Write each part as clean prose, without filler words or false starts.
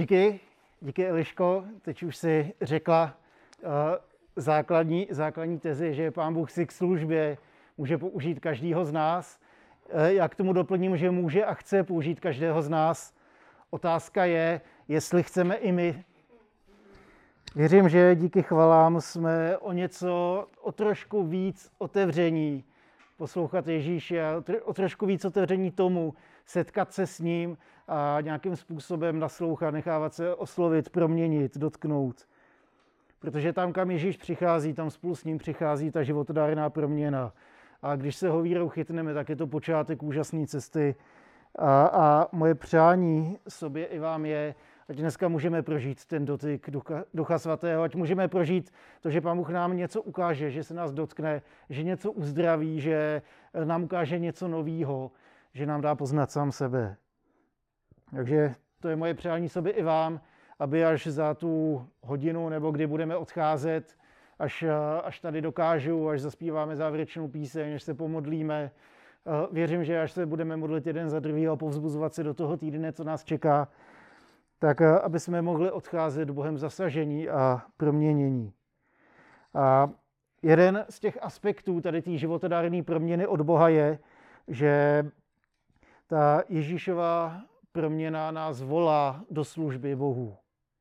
Díky Eliško, teď už si řekla základní tezi, že Pán Bůh si k službě může použít každýho z nás. Já k tomu doplním, že může a chce použít každého z nás. Otázka je, jestli chceme i my. Věřím, že díky chvalám jsme o trošku víc otevření poslouchat Ježíše a o trošku víc otevření tomu, setkat se s ním a nějakým způsobem naslouchat, nechávat se oslovit, proměnit, dotknout. Protože tam, kam Ježíš přichází, tam spolu s ním přichází ta životodárná proměna. A když se ho vírou chytneme, tak je to počátek úžasné cesty. A moje přání sobě i vám je, ať dneska můžeme prožít ten dotyk Ducha Svatého, ať můžeme prožít to, že Pán Bůh nám něco ukáže, že se nás dotkne, že něco uzdraví, že nám ukáže něco nového, že nám dá poznat sám sebe. Takže to je moje přání sobě i vám, aby až za tu hodinu nebo kdy budeme odcházet, až tady dokážu, až zaspíváme závěrečnou píseň, až se pomodlíme. Věřím, že až se budeme modlit jeden za druhý a povzbuzovat se do toho týdne, co nás čeká, tak aby jsme mohli odcházet Bohem zasažení a proměnění. A jeden z těch aspektů tady té životodárné proměny od Boha je, že ta Ježíšova proměna nás volá do služby Bohu.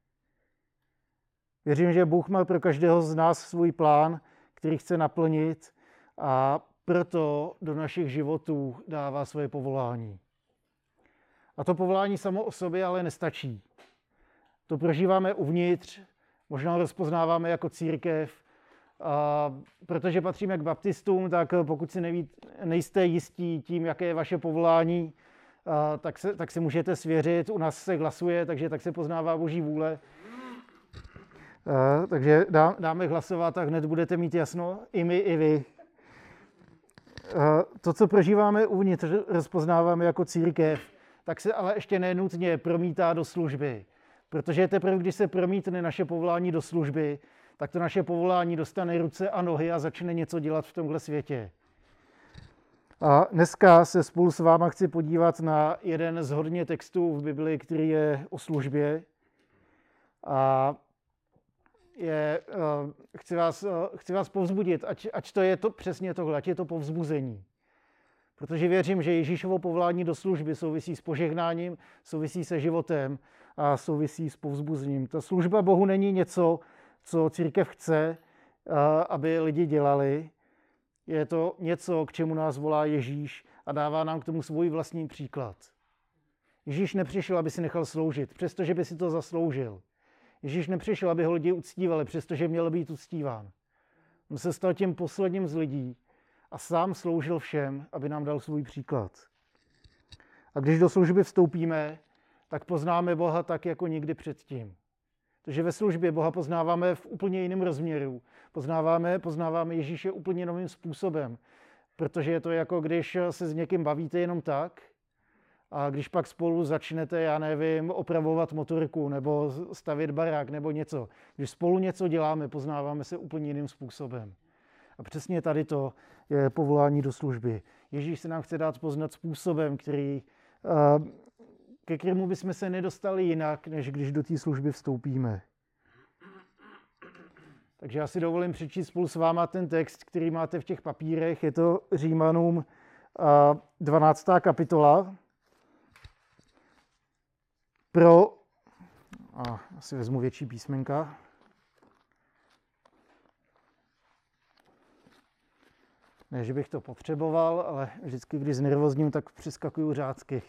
Věřím, že Bůh má pro každého z nás svůj plán, který chce naplnit a proto do našich životů dává svoje povolání. A to povolání samo o sobě ale nestačí. To prožíváme uvnitř, možná rozpoznáváme jako církev, protože patříme k baptistům, tak pokud si nejste jistí tím, jaké je vaše povolání, tak se můžete svěřit. U nás se hlasuje, takže tak se poznává Boží vůle. Takže dáme hlasovat a hned budete mít jasno, i my, i vy. To, co prožíváme uvnitř, rozpoznáváme jako církev, tak se ale ještě nenutně promítá do služby. Protože teprve, když se promítne naše povolání do služby, tak to naše povolání dostane ruce a nohy a začne něco dělat v tomhle světě. A dneska se spolu s váma chci podívat na jeden z hodně textů v Bibli, který je o službě. A chci vás povzbudit, ať to je to přesně tohle, ať je to povzbuzení. Protože věřím, že Ježíšovo povolání do služby souvisí s požehnáním, souvisí se životem a souvisí s povzbuzením. Ta služba Bohu není něco, co církev chce, aby lidi dělali. Je to něco, k čemu nás volá Ježíš a dává nám k tomu svůj vlastní příklad. Ježíš nepřišel, aby si nechal sloužit, přestože by si to zasloužil. Ježíš nepřišel, aby ho lidi uctívali, přestože měl být uctíván. On se stal tím posledním z lidí a sám sloužil všem, aby nám dal svůj příklad. A když do služby vstoupíme, tak poznáme Boha tak, jako nikdy předtím. Takže ve službě Boha poznáváme v úplně jiném rozměru. Poznáváme Ježíše úplně novým způsobem. Protože je to jako když se s někým bavíte jenom tak a když pak spolu začnete, já nevím, opravovat motorku nebo stavět barák nebo něco. Když spolu něco děláme, poznáváme se úplně jiným způsobem. A přesně tady to je povolání do služby. Ježíš se nám chce dát poznat způsobem, ke kterému bychom se nedostali jinak, než když do té služby vstoupíme. Takže já si dovolím přečíst spolu s váma ten text, který máte v těch papírech. Je to Římanům 12. kapitola. Asi vezmu větší písmenka. Ne, že bych to potřeboval, ale vždycky, když znervozním, tak přeskakuju řádky.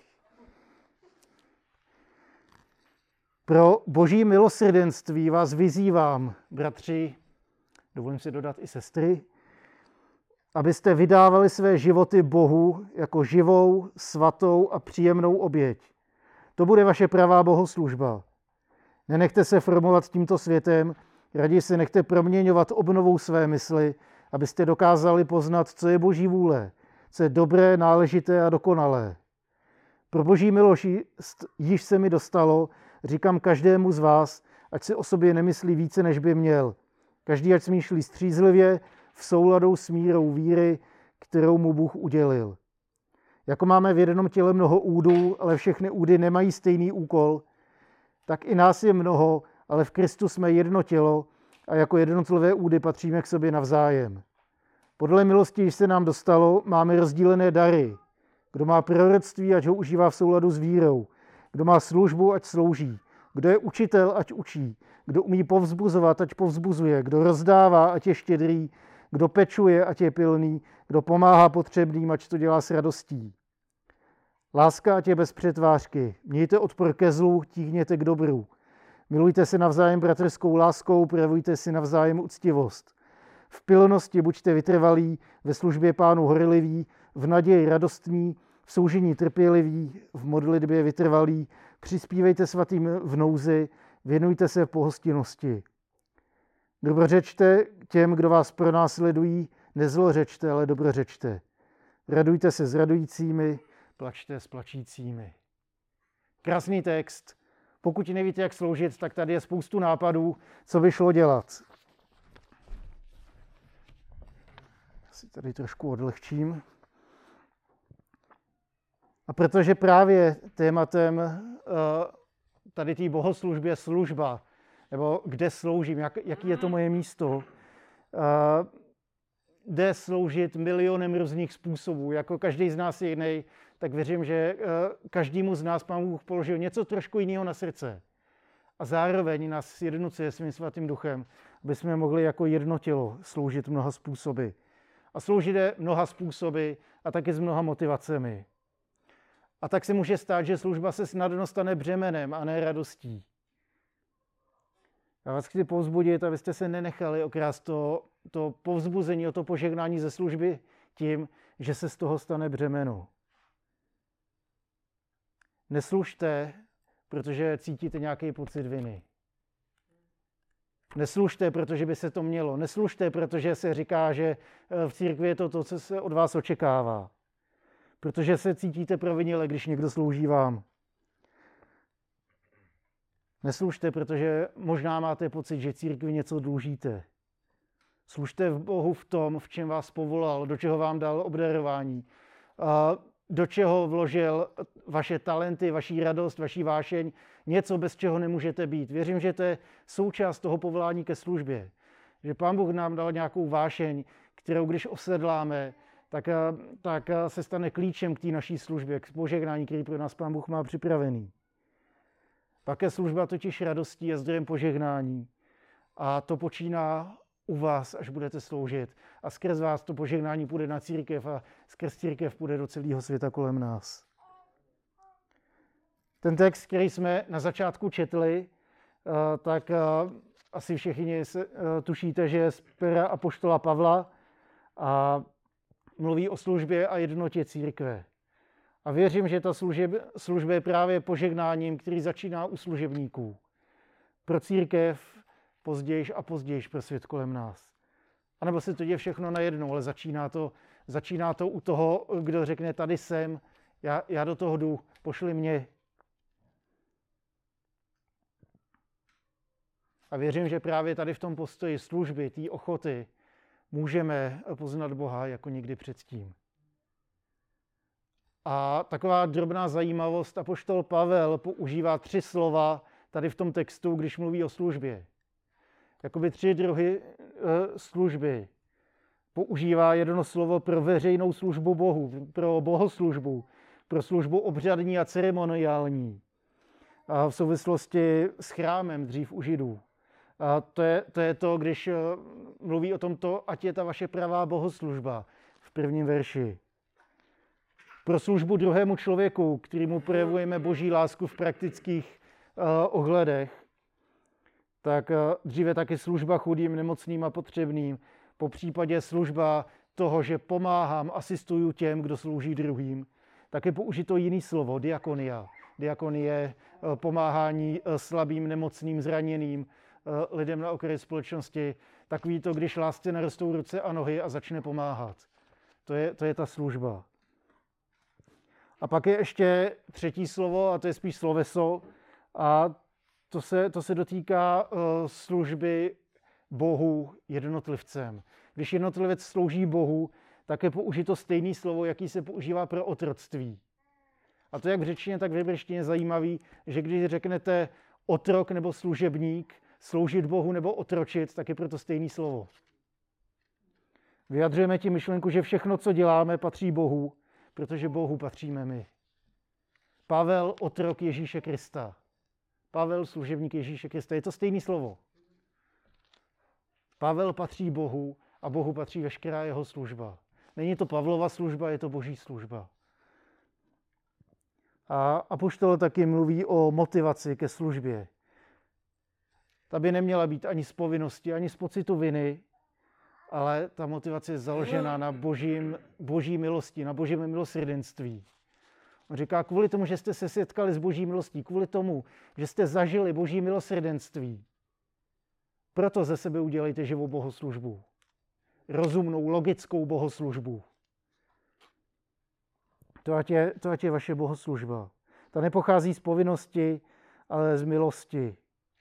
Pro Boží milosrdenství vás vyzývám, bratři, dovolím si dodat i sestry, abyste vydávali své životy Bohu jako živou, svatou a příjemnou oběť. To bude vaše pravá bohoslužba. Nenechte se formovat tímto světem, raději se nechte proměňovat obnovou své mysli, abyste dokázali poznat, co je Boží vůle, co je dobré, náležité a dokonalé. Pro Boží milost již se mi dostalo, říkám každému z vás, ať si o sobě nemyslí více, než by měl. Každý ať smýšlí střízlivě, v souladu s mírou víry, kterou mu Bůh udělil. Jako máme v jednom těle mnoho údů, ale všechny údy nemají stejný úkol, tak i nás je mnoho, ale v Kristu jsme jedno tělo a jako jednotlivé údy patříme k sobě navzájem. Podle milosti, když se nám dostalo, máme rozdílené dary. Kdo má proroctví, ať ho užívá v souladu s vírou. Kdo má službu, ať slouží. Kdo je učitel, ať učí. Kdo umí povzbuzovat, ať povzbuzuje. Kdo rozdává, ať je štědrý. Kdo pečuje, ať je pilný. Kdo pomáhá potřebným, ať to dělá s radostí. Láska, ať je bez přetvářky. Mějte odpor ke zlu, tíhněte k dobru. Milujte se navzájem bratrskou láskou, projevujte si navzájem úctivost. V pilnosti buďte vytrvalí, ve službě Pánu horliví, v naději radostní, v soužení trpěliví, v modlitbě vytrvalí, přispívejte svatým v nouzi, věnujte se pohostinnosti. Dobrořečte těm, kdo vás pronásledují, nezlořečte, ale dobrořečte. Radujte se s radujícími, plačte s plačícími. Krásný text. Pokud nevíte, jak sloužit, tak tady je spoustu nápadů, co by šlo dělat. Si tady trošku odlehčím. A protože právě tématem tady té bohoslužby je služba, nebo kde sloužím, jaký je to moje místo, jde sloužit milionem různých způsobů. Jako každý z nás je jiný, tak věřím, že každému z nás Pán Bůh položil něco trošku jiného na srdce. A zároveň nás sjednocuje svým svatým duchem, aby jsme mohli jako jedno tělo sloužit mnoha způsoby. A sloužit je mnoha způsoby a taky s mnoha motivacemi. A tak se může stát, že služba se snadno stane břemenem a ne radostí. Já vás chci povzbudit, abyste se nenechali okrást to povzbuzení, o to požehnání ze služby tím, že se z toho stane břemeno. Neslužte, protože cítíte nějaký pocit viny. Neslužte, protože by se to mělo. Neslužte, protože se říká, že v církvi je to, co se od vás očekává. Protože se cítíte provinile, když někdo slouží vám. Neslužte, protože možná máte pocit, že církvi něco dlužíte. Služte v Bohu v tom, v čem vás povolal, do čeho vám dal obdarování, do čeho vložil vaše talenty, vaši radost, vaši vášeň, něco, bez čeho nemůžete být. Věřím, že to je součást toho povolání ke službě. Že Pán Bůh nám dal nějakou vášeň, kterou když osedláme, tak se stane klíčem k té naší službě, k požehnání, který pro nás Pán Bůh má připravený. Pak je služba totiž radostí a zdrojem požehnání. A to počíná u vás, až budete sloužit. A skrz vás to požehnání půjde na církev a skrz církev půjde do celého světa kolem nás. Ten text, který jsme na začátku četli, tak asi všichni tušíte, že je z pera apoštola Pavla a mluví o službě a jednotě církve. A věřím, že ta služba je právě požehnáním, který začíná u služebníků. Pro církev později a později pro svět kolem nás. A nebo se to děje všechno najednou, ale začíná to u toho, kdo řekne, tady jsem, já do toho jdu, pošli mě. A věřím, že právě tady v tom postoji služby, té ochoty, můžeme poznat Boha jako nikdy předtím. A taková drobná zajímavost, apoštol Pavel používá 3 slova tady v tom textu, když mluví o službě. Jakoby 3 druhy služby. Používá jedno slovo pro veřejnou službu Bohu, pro bohoslužbu, pro službu obřadní a ceremoniální. A v souvislosti s chrámem dřív u Židů. A to je to, když mluví o tomto, ať je ta vaše pravá bohoslužba v 1. verši. Pro službu druhému člověku, kterému projevujeme boží lásku v praktických ohledech, tak dříve taky služba chudým, nemocným a potřebným, po případě služba toho, že pomáhám, asistuju těm, kdo slouží druhým, tak je použito jiné slovo, diakonia. Diakonie, pomáhání slabým, nemocným, zraněným, lidem na okraji společnosti. Takový to, když lásce narostou ruce a nohy a začne pomáhat. To je ta služba. A pak je ještě 3. slovo, a to je spíš sloveso, a to se dotýká služby Bohu jednotlivcem. Když jednotlivec slouží Bohu, tak je použito stejné slovo, jaký se používá pro otroctví. A to jak v řečtině, tak v hebrejštině zajímavý, že když řeknete otrok nebo služebník, sloužit Bohu nebo otročit, tak je proto stejné slovo. Vyjadřujeme tím myšlenku, že všechno, co děláme, patří Bohu, protože Bohu patříme my. Pavel, otrok Ježíše Krista. Pavel, služebník Ježíše Krista. Je to stejné slovo. Pavel patří Bohu a Bohu patří veškerá jeho služba. Není to Pavlova služba, je to Boží služba. A apoštol taky mluví o motivaci ke službě. Ta by neměla být ani z povinnosti, ani z pocitu viny, ale ta motivace je založena na boží milosti, na božím milosrdenství. On říká, kvůli tomu, že jste se setkali s boží milostí, kvůli tomu, že jste zažili boží milosrdenství, proto ze sebe udělejte živou bohoslužbu. Rozumnou, logickou bohoslužbu. To ať je vaše bohoslužba. Ta nepochází z povinnosti, ale z milosti.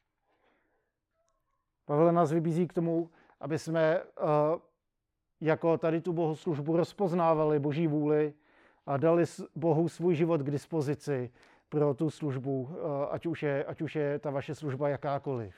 Pavel nás vybízí k tomu, aby jsme jako tady tu bohoslužbu rozpoznávali Boží vůli a dali Bohu svůj život k dispozici pro tu službu, ať už je ta vaše služba jakákoliv.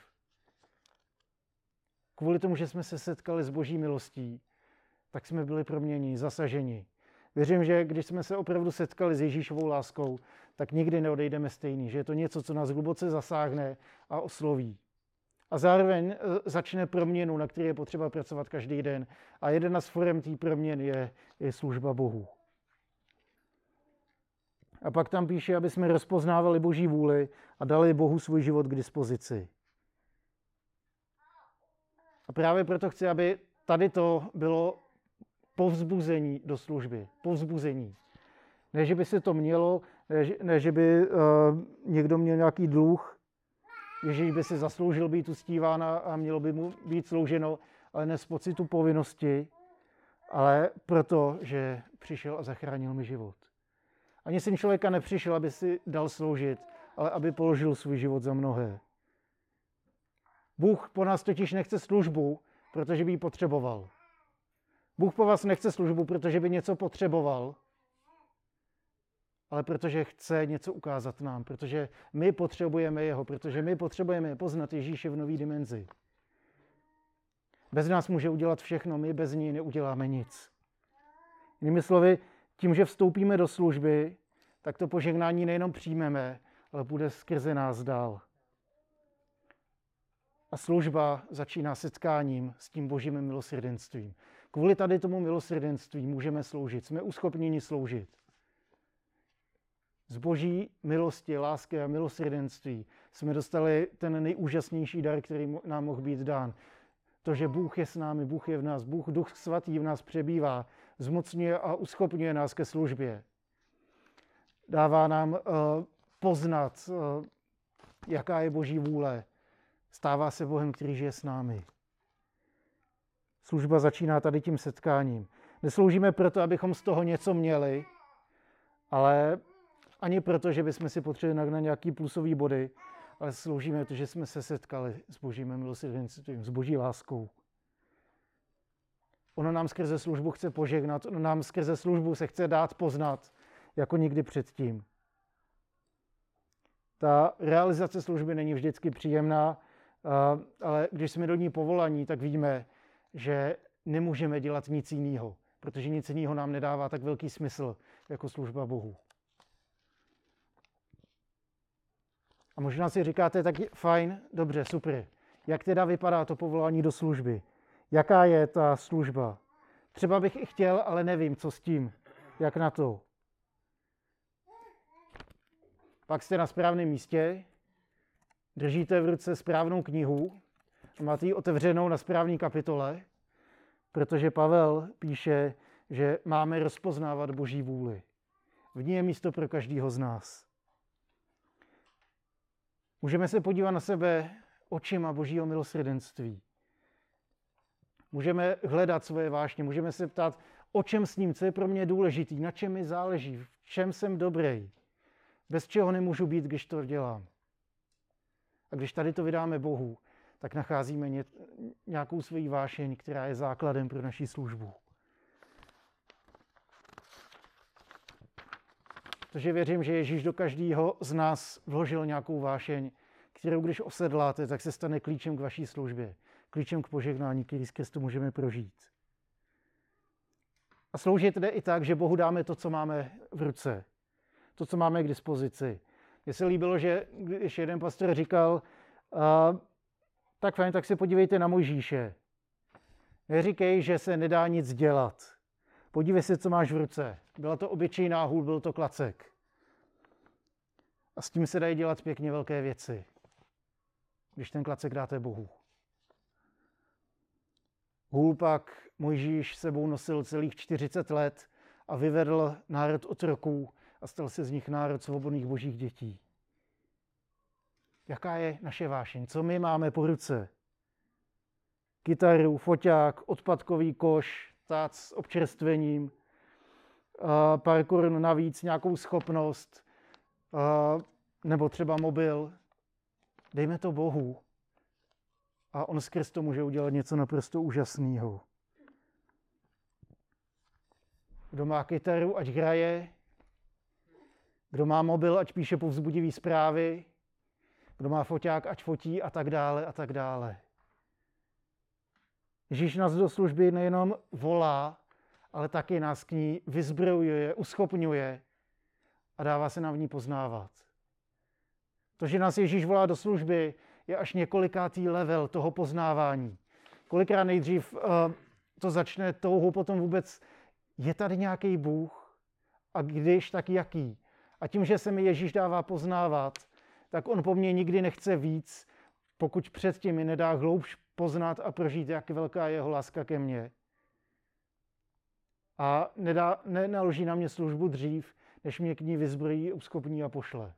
Kvůli tomu, že jsme se setkali s Boží milostí, tak jsme byli proměněni, zasaženi. Věřím, že když jsme se opravdu setkali s Ježíšovou láskou, tak nikdy neodejdeme stejný, že je to něco, co nás hluboce zasáhne a osloví. A zároveň začne proměnu, na které je potřeba pracovat každý den. A jedna z forem té proměny je služba Bohu. A pak tam píše, aby jsme rozpoznávali Boží vůli a dali Bohu svůj život k dispozici. A právě proto chci, aby tady to bylo povzbuzení do služby. Povzbuzení. Ne, že by se to mělo, ne, že by někdo měl nějaký dluh, Ježíš by si zasloužil být uctíván a mělo by mu být slouženo, ale ne z pocitu povinnosti, ale proto, že přišel a zachránil mi život. Ani syn člověka nepřišel, aby si dal sloužit, ale aby položil svůj život za mnohé. Bůh po nás totiž nechce službu, protože by ji potřeboval. Bůh po vás nechce službu, protože by něco potřeboval, ale protože chce něco ukázat nám, protože my potřebujeme jeho, protože my potřebujeme poznat Ježíše v nový dimenzi. Bez nás může udělat všechno, my bez něj neuděláme nic. Jinými slovy, tím, že vstoupíme do služby, tak to požehnání nejenom přijmeme, ale bude skrze nás dál. A služba začíná setkáním s tím božím milosrdenstvím. Kvůli tady tomu milosrdenství můžeme sloužit, jsme uschopněni sloužit. Z boží milosti, lásky a milosrdenství jsme dostali ten nejúžasnější dar, který nám mohl být dán. To, že Bůh je s námi, Bůh je v nás, Bůh Duch Svatý v nás přebývá, zmocňuje a uschopňuje nás ke službě. Dává nám poznat, jaká je boží vůle. Stává se Bohem, který žije s námi. Služba začíná tady tím setkáním. Nesloužíme proto, abychom z toho něco měli, ale ani proto, že bychom si potřebovali nagnat nějaký plusový body, ale sloužíme to, že jsme se setkali s božím milosrdenstvím, s boží láskou. Ono nám skrze službu chce požehnat, ono nám skrze službu se chce dát poznat, jako nikdy předtím. Ta realizace služby není vždycky příjemná, ale když jsme do ní povolaní, tak víme, že nemůžeme dělat nic jiného, protože nic jiného nám nedává tak velký smysl jako služba Bohu. A možná si říkáte, tak fajn, dobře, super. Jak teda vypadá to povolání do služby? Jaká je ta služba? Třeba bych i chtěl, ale nevím, co s tím. Jak na to? Pak jste na správném místě, držíte v ruce správnou knihu a máte ji otevřenou na správné kapitole, protože Pavel píše, že máme rozpoznávat boží vůli. V ní je místo pro každého z nás. Můžeme se podívat na sebe očima božího milosrdenství. Můžeme hledat svoje vášně, můžeme se ptát, o čem s ním, co je pro mě důležitý, na čem mi záleží, v čem jsem dobrý, bez čeho nemůžu být, když to dělám. A když tady to vydáme Bohu, tak nacházíme nějakou svoji vášeň, která je základem pro naši službu. Takže věřím, že Ježíš do každého z nás vložil nějakou vášeň, kterou když osedláte, tak se stane klíčem k vaší službě, klíčem k požehnání, který skrz to můžeme prožít. A sloužit jde i tak, že Bohu dáme to, co máme v ruce, to, co máme k dispozici. Mně se líbilo, že když jeden pastor říkal, tak fajn, tak se podívejte na Mojžíše. Neříkej, že se nedá nic dělat. Podívej se, co máš v ruce. Byla to obyčejná hůl, byl to klacek. A s tím se dají dělat pěkně velké věci, když ten klacek dáte Bohu. Hůl pak Mojžíš sebou nosil celých 40 let a vyvedl národ otroků a stal se z nich národ svobodných božích dětí. Jaká je naše vášeň? Co my máme po ruce? Kytaru, foťák, odpadkový koš, tác s občerstvením, pár korun navíc, nějakou schopnost, nebo třeba mobil. Dejme to Bohu a on skrz to může udělat něco naprosto úžasného. Kdo má kytaru, ať hraje. Kdo má mobil, ať píše povzbudivé zprávy. Kdo má foťák, ať fotí a tak dále a tak dále. Ježíš nás do služby nejenom volá, ale taky nás k ní vyzbrojuje, uschopňuje a dává se nám v ní poznávat. To, že nás Ježíš volá do služby, je až několikátý level toho poznávání. Kolikrát nejdřív to začne touhou, potom vůbec je tady nějaký Bůh a když, tak jaký. A tím, že se mi Ježíš dává poznávat, tak on po mně nikdy nechce víc, pokud předtím mi nedá hloubš poznat a prožít, jak velká je jeho láska ke mně. A nenaloží na mě službu dřív, než mě k ní vyzbrojí, uschopní a pošle.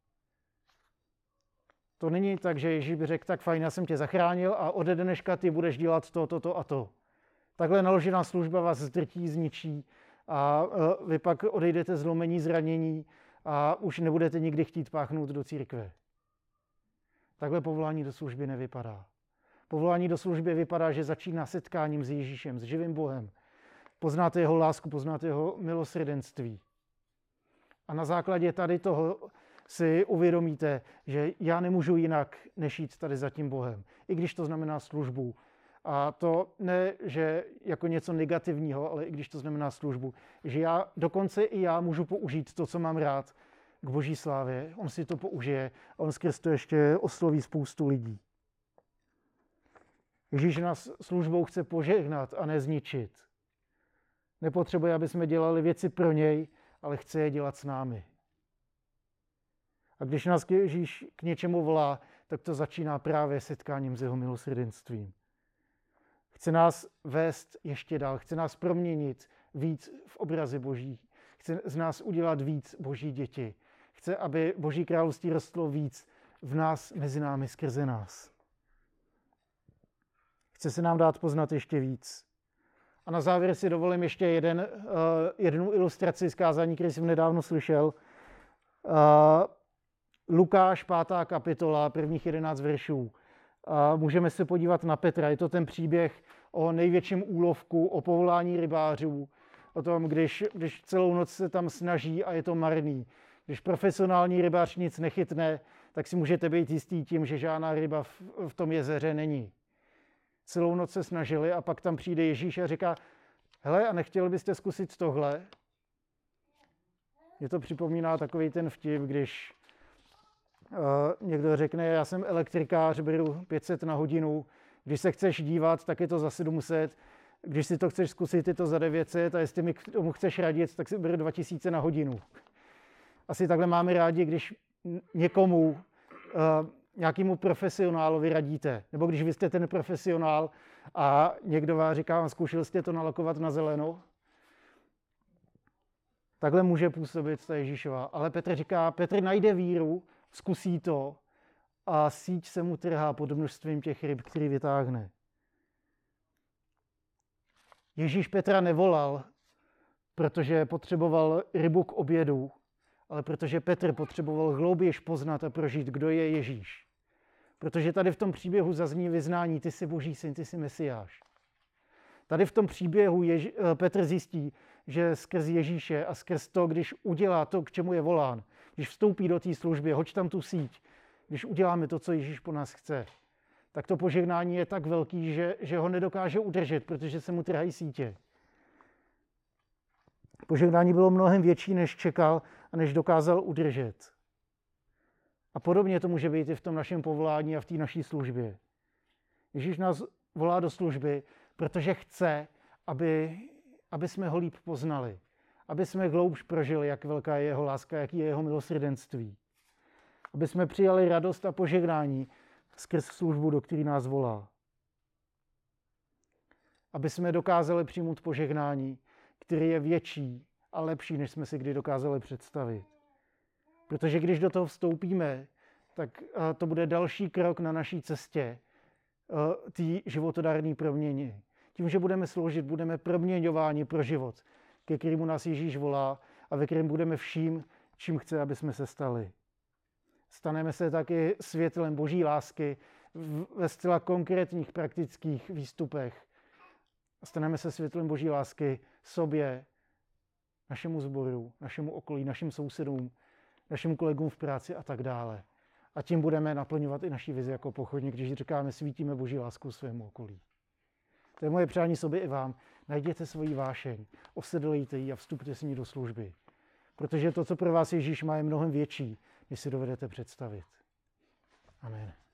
To není tak, že Ježíš by řekl, tak fajn, já jsem tě zachránil a ode dneška ty budeš dělat to a to. Takhle naložená služba vás zdrtí, zničí a vy pak odejdete zlomení, zranění a už nebudete nikdy chtít páchnout do církve. Takhle povolání do služby nevypadá. Povolání do služby vypadá, že začíná setkáním s Ježíšem, s živým Bohem. Poznáte jeho lásku, poznáte jeho milosrdenství. A na základě tady toho si uvědomíte, že já nemůžu jinak, než jít tady za tím Bohem. I když to znamená službu. A to ne, že jako něco negativního, ale i když to znamená službu. Že já, dokonce i já můžu použít to, co mám rád, k boží slávě. On si to použije a on skrz to ještě osloví spoustu lidí. Ježíš nás službou chce požehnat a ne zničit. Nepotřebuje, aby jsme dělali věci pro něj, ale chce je dělat s námi. A když nás Ježíš k něčemu volá, tak to začíná právě setkáním s jeho milosrdenstvím. Chce nás vést ještě dál, chce nás proměnit víc v obrazy boží. Chce z nás udělat víc boží děti. Chce, aby boží království rostlo víc v nás, mezi námi, skrze nás. Chce se nám dát poznat ještě víc. A na závěr si dovolím ještě jednu ilustraci z kázání, který jsem nedávno slyšel. Lukáš, 5. kapitola, prvních 11 veršů. Můžeme se podívat na Petra. Je to ten příběh o největším úlovku, o povolání rybářů, o tom, když celou noc se tam snaží a je to marný. Když profesionální rybář nic nechytne, tak si můžete být jistý tím, že žádná ryba v tom jezeře není. Celou noc se snažili a pak tam přijde Ježíš a říká, hele, a nechtěli byste zkusit tohle? Mě to připomíná takový ten vtip, když někdo řekne, já jsem elektrikář, beru 500 na hodinu, když se chceš dívat, tak je to za 700, když si to chceš zkusit, je to za 900 a jestli mi k tomu chceš radit, tak si beru 2000 na hodinu. Asi takhle máme rádi, když někomu, nějakému profesionálovi radíte, nebo když vy jste ten profesionál a někdo vám říká, zkoušel jste to nalakovat na zeleno. Takhle může působit ta Ježíšova. Ale Petr říká, Petr najde víru, zkusí to a síť se mu trhá pod množstvím těch ryb, který vytáhne. Ježíš Petra nevolal, protože potřeboval rybu k obědu, ale protože Petr potřeboval hlouběji poznat a prožít, kdo je Ježíš. Protože tady v tom příběhu zazní vyznání, ty jsi Boží syn, ty jsi Mesiáš. Tady v tom příběhu Petr zjistí, že skrz Ježíše a skrz to, když udělá to, k čemu je volán, když vstoupí do té služby, hoď tam tu síť, když uděláme to, co Ježíš po nás chce, tak to požehnání je tak velký, že ho nedokáže udržet, protože se mu trhají sítě. Požehnání bylo mnohem větší, než čekal a než dokázal udržet. A podobně to může být i v tom našem povolání a v té naší službě. Ježíš nás volá do služby, protože chce, aby jsme ho líp poznali. Aby jsme hloubš prožili, jak velká je jeho láska, jaký je jeho milosrdenství. Aby jsme přijali radost a požehnání skrz službu, do které nás volá. Aby jsme dokázali přijmout požehnání, který je větší a lepší, než jsme si kdy dokázali představit. Protože když do toho vstoupíme, tak to bude další krok na naší cestě té životodárné proměny. Tím, že budeme sloužit, budeme proměňováni pro život, ke kterému nás Ježíš volá a ve kterém budeme vším, čím chce, aby jsme se stali. Staneme se taky světlem Boží lásky ve zcela konkrétních praktických výstupech. Staneme se světlem Boží lásky sobě, našemu sboru, našemu okolí, našim sousedům, našim kolegům v práci a tak dále. A tím budeme naplňovat i naší vizi jako pochodník, když říkáme, svítíme Boží lásku svému okolí. To je moje přání sobě i vám. Najděte svoji vášeň, osedlejte ji a vstupte s ní do služby. Protože to, co pro vás Ježíš má, je mnohem větší, než si dovedete představit. Amen.